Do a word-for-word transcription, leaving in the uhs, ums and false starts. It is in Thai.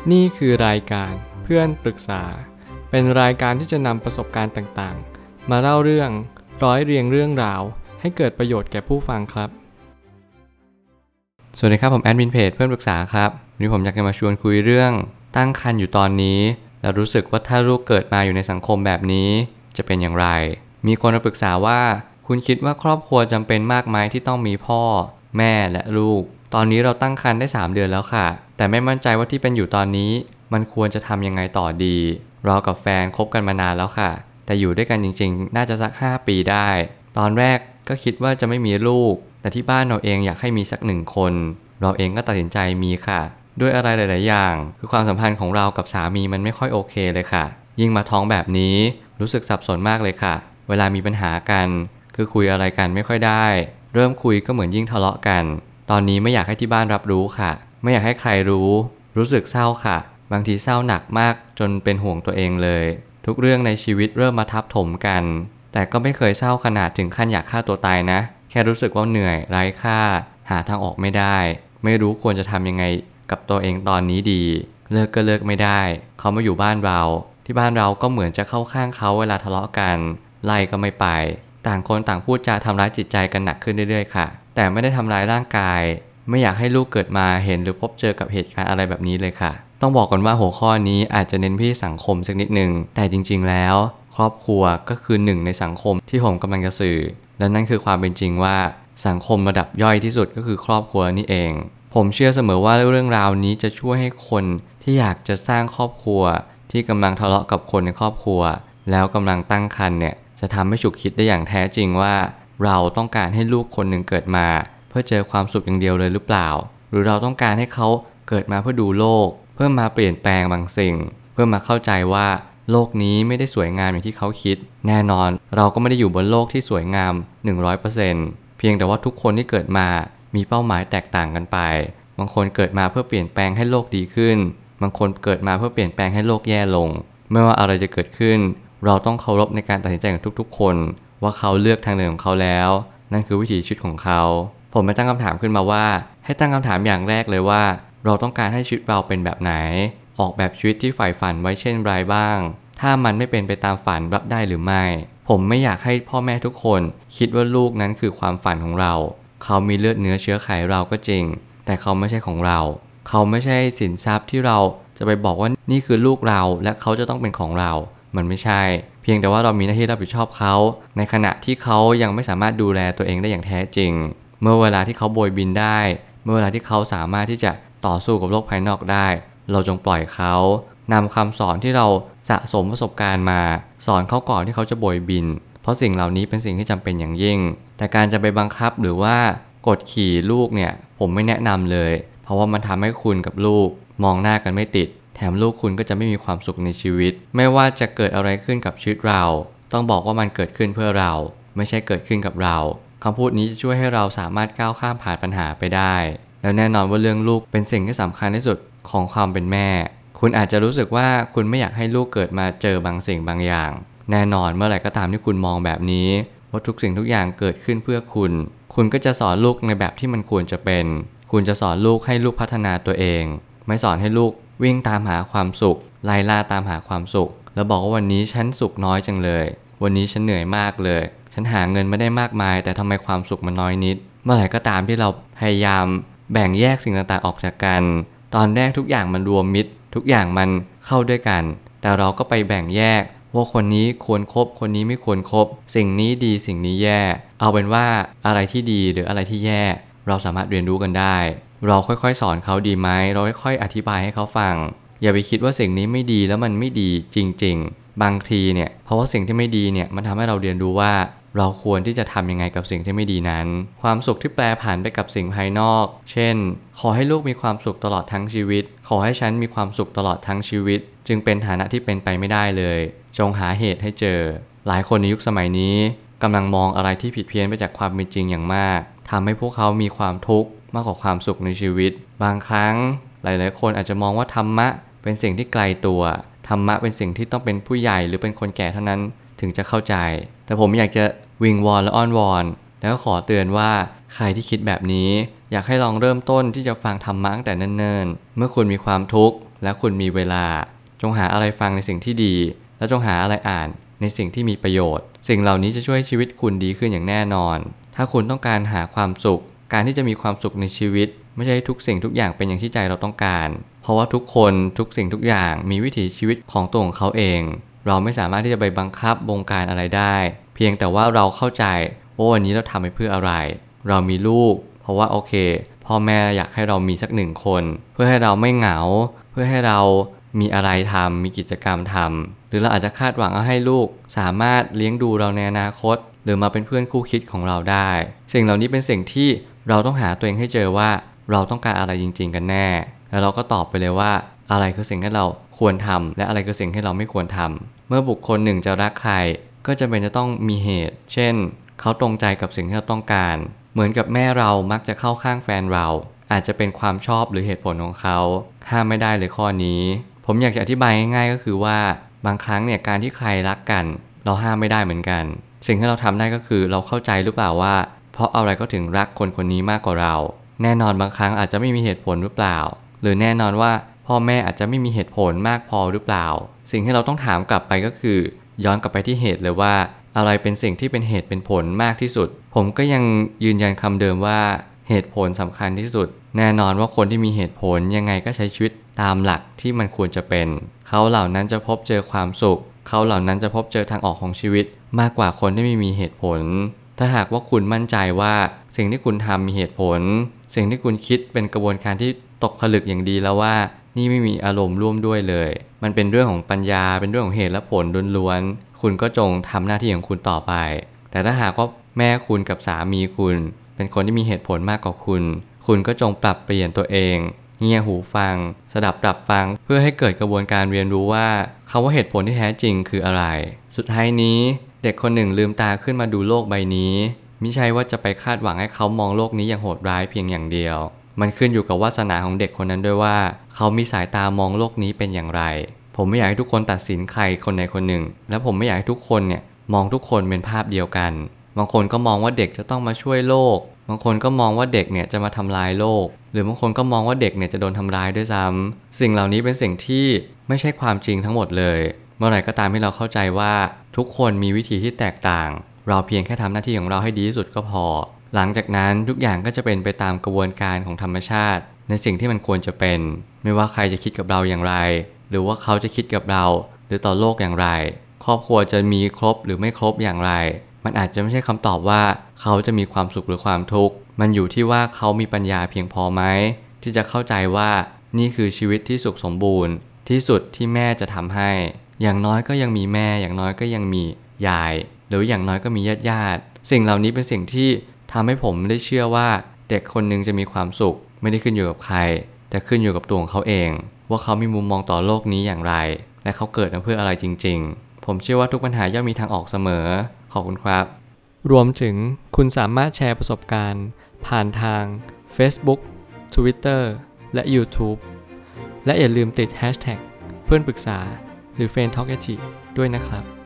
นี่คือรายการเพื่อนปรึกษาเป็นรายการที่จะนำประสบการณ์ต่างๆมาเล่าเรื่องร้อยเรียงเรื่องราวให้เกิดประโยชน์แก่ผู้ฟังครับสวัสดีครับผมแอดมินเพจเพื่อนปรึกษาครับวันนี้ผมอยากจะมาชวนคุยเรื่องตั้งครรภ์อยู่ตอนนี้แล้วรู้สึกว่าถ้าลูกเกิดมาอยู่ในสังคมแบบนี้จะเป็นอย่างไรมีคนมาปรึกษาว่าคุณคิดว่าครอบครัวจำเป็นมากไหมที่ต้องมีพ่อแม่และลูกตอนนี้เราตั้งครรภ์ได้สามเดือนแล้วค่ะแต่ไม่มั่นใจว่าที่เป็นอยู่ตอนนี้มันควรจะทำยังไงต่อดีเรากับแฟนคบกันมานานแล้วค่ะแต่อยู่ด้วยกันจริงๆน่าจะสักห้าปีได้ตอนแรกก็คิดว่าจะไม่มีลูกแต่ที่บ้านเราเองอยากให้มีสักหนึ่งคนเราเองก็ตัดสินใจมีค่ะด้วยอะไรหลายๆอย่างคือความสัมพันธ์ของเรากับสามีมันไม่ค่อยโอเคเลยค่ะยิ่งมาท้องแบบนี้รู้สึกสับสนมากเลยค่ะเวลามีปัญหากันคือคุยอะไรกันไม่ค่อยได้เริ่มคุยก็เหมือนยิ่งทะเลาะกันตอนนี้ไม่อยากให้ที่บ้านรับรู้ค่ะไม่อยากให้ใครรู้รู้สึกเศร้าค่ะบางทีเศร้าหนักมากจนเป็นห่วงตัวเองเลยทุกเรื่องในชีวิตเริ่มมาทับถมกันแต่ก็ไม่เคยเศร้าขนาดถึงขั้นอยากฆ่าตัวตายนะแค่รู้สึกว่าเหนื่อยไร้ค่าหาทางออกไม่ได้ไม่รู้ควรจะทำยังไงกับตัวเองตอนนี้ดีเลิกก็เลิกไม่ได้เขามาอยู่บ้านเราที่บ้านเราก็เหมือนจะเข้าข้างเขาเวลาทะเลาะกันไล่ก็ไม่ไปต่างคนต่างพูดจาทำร้ายจิตใจกันหนักขึ้นเรื่อยๆค่ะแต่ไม่ได้ทำร้ายร่างกายไม่อยากให้ลูกเกิดมาเห็นหรือพบเจอกับเหตุการณ์อะไรแบบนี้เลยค่ะต้องบอกก่อนว่าหัวข้อนี้อาจจะเน้นที่สังคมสักนิดนึงแต่จริงๆแล้วครอบครัวก็คือหนึ่งในสังคมที่ผมกำลังจะสื่อและนั่นคือความเป็นจริงว่าสังคมระดับย่อยที่สุดก็คือครอบครัวนี่เองผมเชื่อเสมอว่าเรื่องราวนี้จะช่วยให้คนที่อยากจะสร้างครอบครัวที่กำลังทะเลาะกับคนในครอบครัวแล้วกำลังตั้งครรภ์เนี่ยจะทำให้ฉุกคิดได้อย่างแท้จริงว่าเราต้องการให้ลูกคนหนึ่งเกิดมาเพื่อเจอความสุขอย่างเดียวเลยหรือเปล่าหรือเราต้องการให้เขาเกิดมาเพื่อดูโลกเพื่อมาเปลี่ยนแปลงบางสิ่งเพื่อมาเข้าใจว่าโลกนี้ไม่ได้สวยงามอย่างที่เขาคิดแน่นอนเราก็ไม่ได้อยู่บนโลกที่สวยงาม หนึ่งร้อยเปอร์เซ็นต์ เพียงแต่ว่าทุกคนที่เกิดมามีเป้าหมายแตกต่างกันไปบางคนเกิดมาเพื่อเปลี่ยนแปลงให้โลกดีขึ้นบางคนเกิดมาเพื่อเปลี่ยนแปลงให้โลกแย่ลงไม่ว่าอะไรจะเกิดขึ้นเราต้องเคารพในการตัดสินใจของทุกๆคนว่าเขาเลือกทางเดินของเขาแล้วนั่นคือวิถีชีวิตของเขาผมไม่ตั้งคำถามขึ้นมาว่าให้ตั้งคำถามอย่างแรกเลยว่าเราต้องการให้ชีวิตเราเป็นแบบไหนออกแบบชีวิตที่ใฝ่ฝันไว้เช่นไรบ้างถ้ามันไม่เป็นไปตามฝันรับได้หรือไม่ผมไม่อยากให้พ่อแม่ทุกคนคิดว่าลูกนั้นคือความฝันของเราเขามีเลือดเนื้อเชื้อไขเราก็จริงแต่เขาไม่ใช่ของเราเขาไม่ใช่สินทรัพย์ที่เราจะไปบอกว่านี่คือลูกเราและเขาจะต้องเป็นของเรามันไม่ใช่เพียงแต่ว่าเรามีหน้าที่รับผิดชอบเขาในขณะที่เขายังไม่สามารถดูแลตัวเองได้อย่างแท้จริงเมื่อเวลาที่เขาโบยบินได้เมื่อเวลาที่เขาสามารถที่จะต่อสู้กับโลกภายนอกได้เราจงปล่อยเขานำคำสอนที่เราสะสมประสบการณ์มาสอนเขาก่อนที่เขาจะโบยบินเพราะสิ่งเหล่านี้เป็นสิ่งที่จำเป็นอย่างยิ่งแต่การจะไปบังคับหรือว่ากดขี่ลูกเนี่ยผมไม่แนะนำเลยเพราะว่ามันทำให้คุณกับลูกมองหน้ากันไม่ติดแถมลูกคุณก็จะไม่มีความสุขในชีวิตไม่ว่าจะเกิดอะไรขึ้นกับชีวิตเราต้องบอกว่ามันเกิดขึ้นเพื่อเราไม่ใช่เกิดขึ้นกับเราคำพูดนี้จะช่วยให้เราสามารถก้าวข้ามผ่านปัญหาไปได้แล้วแน่นอนว่าเรื่องลูกเป็นสิ่งที่สำคัญที่สุดของความเป็นแม่คุณอาจจะรู้สึกว่าคุณไม่อยากให้ลูกเกิดมาเจอบางสิ่งบางอย่างแน่นอนเมื่อไหร่ก็ตามที่คุณมองแบบนี้ว่าทุกสิ่งทุกอย่างเกิดขึ้นเพื่อคุณคุณก็จะสอนลูกในแบบที่มันควรจะเป็นคุณจะสอนลูกให้ลูกพัฒนาตัวเองไม่สอนให้ลูกวิ่งตามหาความสุขไล่ล่าตามหาความสุขแล้วบอกว่าวันนี้ฉันสุขน้อยจังเลยวันนี้ฉันเหนื่อยมากเลยฉันหาเงินไม่ได้มากมายแต่ทำไมความสุขมันน้อยนิดเมื่อไหร่ก็ตามที่เราพยายามแบ่งแยกสิ่งต่างๆออกจากกันตอนแรกทุกอย่างมันรวมมิตรทุกอย่างมันเข้าด้วยกันแต่เราก็ไปแบ่งแยกว่าคนนี้ควรครบคนนี้ไม่ควรครบสิ่งนี้ดีสิ่งนี้แย่เอาเป็นว่าอะไรที่ดีหรืออะไรที่แย่เราสามารถเรียนรู้กันได้เราค่อยๆสอนเขาดีไหมเราค่อยๆอธิบายให้เขาฟังอย่าไปคิดว่าสิ่งนี้ไม่ดีแล้วมันไม่ดีจริงๆบางทีเนี่ยเพราะว่าสิ่งที่ไม่ดีเนี่ยมันทำให้เราเรียนรู้ว่าเราควรที่จะทำยังไงกับสิ่งที่ไม่ดีนั้นความสุขที่แปรผันไปกับสิ่งภายนอกเช่นขอให้ลูกมีความสุขตลอดทั้งชีวิตขอให้ฉันมีความสุขตลอดทั้งชีวิตจึงเป็นฐานะที่เป็นไปไม่ได้เลยจงหาเหตุให้เจอหลายคนในยุคสมัยนี้กำลังมองอะไรที่ผิดเพี้ยนไปจากความเป็นจริงอย่างมากทำให้พวกเขามีความทุกข์มากกว่าความสุขในชีวิตบางครั้งหลายๆคนอาจจะมองว่าธรรมะเป็นสิ่งที่ไกลตัวธรรมะเป็นสิ่งที่ต้องเป็นผู้ใหญ่หรือเป็นคนแก่เท่านั้นถึงจะเข้าใจแต่ผมอยากจะวิงวอนและอ้อนวอนแล้วก็ขอเตือนว่าใครที่คิดแบบนี้อยากให้ลองเริ่มต้นที่จะฟังธรรมะตั้งแต่เนิ่นๆเมื่อคุณมีความทุกข์และคุณมีเวลาจงหาอะไรฟังในสิ่งที่ดีและจงหาอะไรอ่านในสิ่งที่มีประโยชน์สิ่งเหล่านี้จะช่วยให้ชีวิตคุณดีขึ้นอย่างแน่นอนถ้าคุณต้องการหาความสุขการที่จะมีความสุขในชีวิตไม่ใช่ทุกสิ่งทุกอย่างเป็นอย่างที่ใจเราต้องการเพราะว่าทุกคนทุกสิ่งทุกอย่างมีวิถีชีวิตของตัวของเขาเองเราไม่สามารถที่จะไปบังคับบงการอะไรได้เพียงแต่ว่าเราเข้าใจว่าวันนี้เราทำไปเพื่ออะไรเรามีลูกเพราะว่าโอเคพ่อแม่อยากให้เรามีสักหนึ่งคนเพื่อให้เราไม่เหงาเพื่อให้เรามีอะไรทำมีกิจกรรมทำหรือเราอาจจะคาดหวังเอาให้ลูกสามารถเลี้ยงดูเราในอนาคตหรือมาเป็นเพื่อนคู่คิดของเราได้สิ่งเหล่านี้เป็นสิ่งที่เราต้องหาตัวเองให้เจอว่าเราต้องการอะไรจริงๆกันแน่แล้วเราก็ตอบไปเลยว่าอะไรคือสิ่งที่เราควรทำและอะไรคือสิ่งที่เราไม่ควรทำเมื่อบุคคลหนึ่งจะรักใครก็จะเป็นจะต้องมีเหตุเช่นเขาตรงใจกับสิ่งที่เราต้องการเหมือนกับแม่เรามักจะเข้าข้างแฟนเราอาจจะเป็นความชอบหรือเหตุผลของเขาห้ามไม่ได้เลยข้อนี้ผมอยากจะอธิบายง่ายๆก็คือว่าบางครั้งเนี่ยการที่ใครรักกันเราห้ามไม่ได้เหมือนกันสิ่งที่เราทำได้ก็คือเราเข้าใจหรือเปล่าว่าเพราะอะไรก็ถึงรักคนคนนี้มากกว่าเราแน่นอนบางครั้งอาจจะไม่มีเหตุผลหรือเปล่าหรือแน่นอนว่าพ่อแม่อาจจะไม่มีเหตุผลมากพอหรือเปล่าสิ่งที่เราต้องถามกลับไปก็คือย้อนกลับไปที่เหตุเลยว่าอะไรเป็นสิ่งที่เป็นเหตุเป็นผลมากที่สุดผมก็ยังยืนยันคำเดิมว่าเหตุผลสำคัญที่สุดแน่นอนว่าคนที่มีเหตุผลยังไงก็ใช้ชีวิตตามหลักที่มันควรจะเป็นเขาเหล่านั้นจะพบเจอความสุขเขาเหล่านั้นจะพบเจอทางออกของชีวิตมากกว่าคนที่ไม่มีเหตุผลถ้าหากว่าคุณมั่นใจว่าสิ่งที่คุณทำมีเหตุผลสิ่งที่คุณคิดเป็นกระบวนการที่ตกผลึกอย่างดีแล้วว่านี่ไม่มีอารมณ์ร่วมด้วยเลยมันเป็นเรื่องของปัญญาเป็นเรื่องของเหตุและผลล้วนๆคุณก็จงทำหน้าที่ของคุณต่อไปแต่ถ้าหากว่าแม่คุณกับสามีคุณเป็นคนที่มีเหตุผลมากกว่าคุณคุณก็จงปรับเปลี่ยนตัวเองเงี่ยหูฟังสดับปรับฟังเพื่อให้เกิดกระบวนการเรียนรู้ว่าคำว่าเหตุผลที่แท้จริงคืออะไรสุดท้ายนี้เด็กคนหนึ่งลืมตาขึ้นมาดูโลกใบนี้มิใช่ว่าจะไปคาดหวังให้เขามองโลกนี้อย่างโหดร้ายเพียงอย่างเดียวมันขึ้นอยู่กับวาสนาของเด็กคนนั้นด้วยว่าเขามีสายตามองโลกนี้เป็นอย่างไรผมไม่อยากให้ทุกคนตัดสินใครคนใดคนหนึ่งและผมไม่อยากให้ทุกคนเนี่ยมองทุกคนเป็นภาพเดียวกันบางคนก็มองว่าเด็กจะต้องมาช่วยโลกบางคนก็มองว่าเด็กเนี่ยจะมาทำลายโลกหรือบางคนก็มองว่าเด็กเนี่ยจะโดนทำร้ายด้วยซ้ำสิ่งเหล่านี้เป็นสิ่งที่ไม่ใช่ความจริงทั้งหมดเลยเมื่อไหร่ก็ตามที่เราเข้าใจว่าทุกคนมีวิธีที่แตกต่างเราเพียงแค่ทำหน้าที่ของเราให้ดีที่สุดก็พอหลังจากนั้นทุกอย่างก็จะเป็นไปตามกระบวนการของธรรมชาติในสิ่งที่มันควรจะเป็นไม่ว่าใครจะคิดกับเราอย่างไรหรือว่าเขาจะคิดกับเราหรือต่อโลกอย่างไรครอบครัวจะมีครบหรือไม่ครบอย่างไรมันอาจจะไม่ใช่คำตอบว่าเขาจะมีความสุขหรือความทุกข์มันอยู่ที่ว่าเขามีปัญญาเพียงพอไหมที่จะเข้าใจว่านี่คือชีวิตที่สุขสมบูรณ์ที่สุดที่แม่จะทำให้อย่างน้อยก็ยังมีแม่อย่างน้อยก็ยังมียายหรืออย่างน้อยก็มีญาติญาติสิ่งเหล่านี้เป็นสิ่งที่ทำให้ผมได้เชื่อว่าเด็กคนหนึ่งจะมีความสุขไม่ได้ขึ้นอยู่กับใครแต่ขึ้นอยู่กับตัวของเขาเองว่าเขามีมุมมองต่อโลกนี้อย่างไรและเขาเกิดมาเพื่ออะไรจริงๆผมเชื่อว่าทุกปัญหาย่อมมีทางออกเสมอขอบคุณครับรวมถึงคุณสามารถแชร์ประสบการณ์ผ่านทาง Facebook Twitter และ YouTube และอย่าลืมติด แฮชแท็ก เพื่อนปรึกษาหรือ เฟรนด์ ทอล์ก ด้วยนะครับ